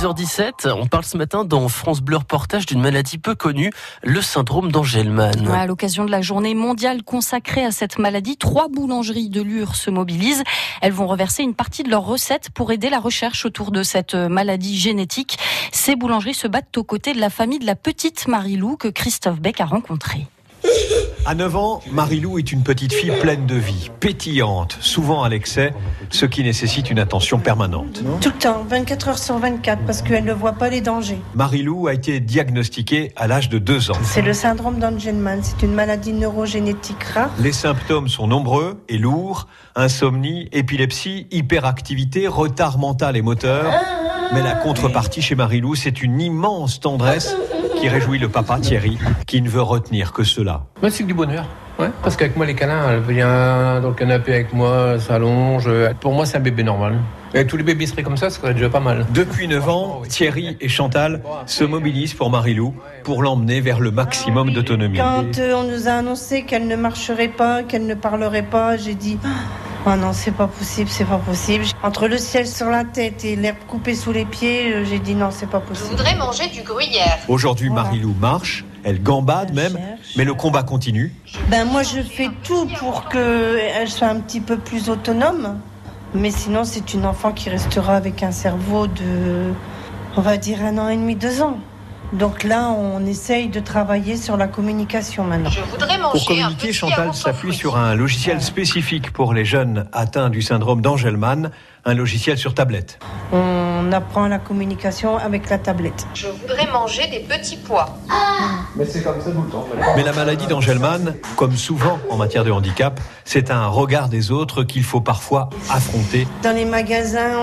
6h17, on parle ce matin dans France Bleu Reportage d'une maladie peu connue, le syndrome d'Angelman. À l'occasion de la journée mondiale consacrée à cette maladie, 3 boulangeries de Lure se mobilisent. Elles vont reverser une partie de leurs recettes pour aider la recherche autour de cette maladie génétique. Ces boulangeries se battent aux côtés de la famille de la petite Marie-Lou que Christophe Beck a rencontrée. À 9 ans, Marie-Lou est une petite fille pleine de vie, pétillante, souvent à l'excès, ce qui nécessite une attention permanente. Tout le temps, 24 heures sur 24, parce qu'elle ne voit pas les dangers. Marie-Lou a été diagnostiquée à l'âge de 2 ans. C'est le syndrome d'Angelman, c'est une maladie neurogénétique rare. Les symptômes sont nombreux et lourds, insomnie, épilepsie, hyperactivité, retard mental et moteur. Mais la contrepartie chez Marie-Lou, c'est une immense tendresse qui réjouit le papa Thierry, qui ne veut retenir que cela. Moi, c'est que du bonheur. Ouais, parce qu'avec moi, les câlins, elle vient dans le canapé avec moi, elle s'allonge. Pour moi, c'est un bébé normal. Et tous les bébés seraient comme ça, ce serait déjà pas mal. Depuis 9 ans, Thierry et Chantal se mobilisent pour Marie-Lou, pour l'emmener vers le maximum d'autonomie. Quand on nous a annoncé qu'elle ne marcherait pas, qu'elle ne parlerait pas, j'ai dit... Oh non, c'est pas possible, c'est pas possible. Entre le ciel sur la tête et l'herbe coupée sous les pieds, j'ai dit non, c'est pas possible. Je voudrais manger du gruyère. Aujourd'hui, Marie-Lou marche, elle gambade même, mais le combat continue. Moi, je fais tout pour qu'elle soit un petit peu plus autonome. Mais sinon, c'est une enfant qui restera avec un cerveau de, on va dire, 1 an et demi, 2 ans. Donc là, on essaye de travailler sur la communication maintenant. Je voudrais manger pour communiquer, Chantal s'appuie sur un logiciel spécifique pour les jeunes atteints du syndrome d'Angelman, un logiciel sur tablette. On apprend la communication avec la tablette. Je voudrais manger des petits pois. Mais c'est comme ça tout le temps. Mais la maladie d'Angelman, comme souvent en matière de handicap, c'est un regard des autres qu'il faut parfois affronter. Dans les magasins,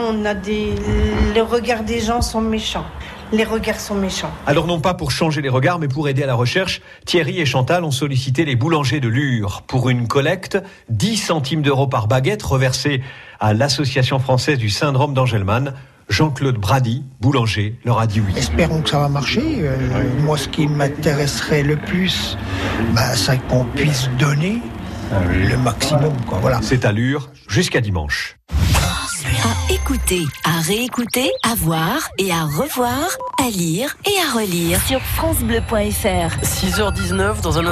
le regard des gens sont méchants. Les regards sont méchants. Alors non pas pour changer les regards, mais pour aider à la recherche, Thierry et Chantal ont sollicité les boulangers de Lure pour une collecte, 10 centimes d'euros par baguette reversée à l'Association française du syndrome d'Angelman. Jean-Claude Brady, boulanger, leur a dit oui. Espérons que ça va marcher. Moi, ce qui m'intéresserait le plus, c'est qu'on puisse donner le maximum. Voilà. C'est à Lure jusqu'à dimanche. À écouter, à réécouter, à voir et à revoir, à lire et à relire sur francebleu.fr. 6h19 dans un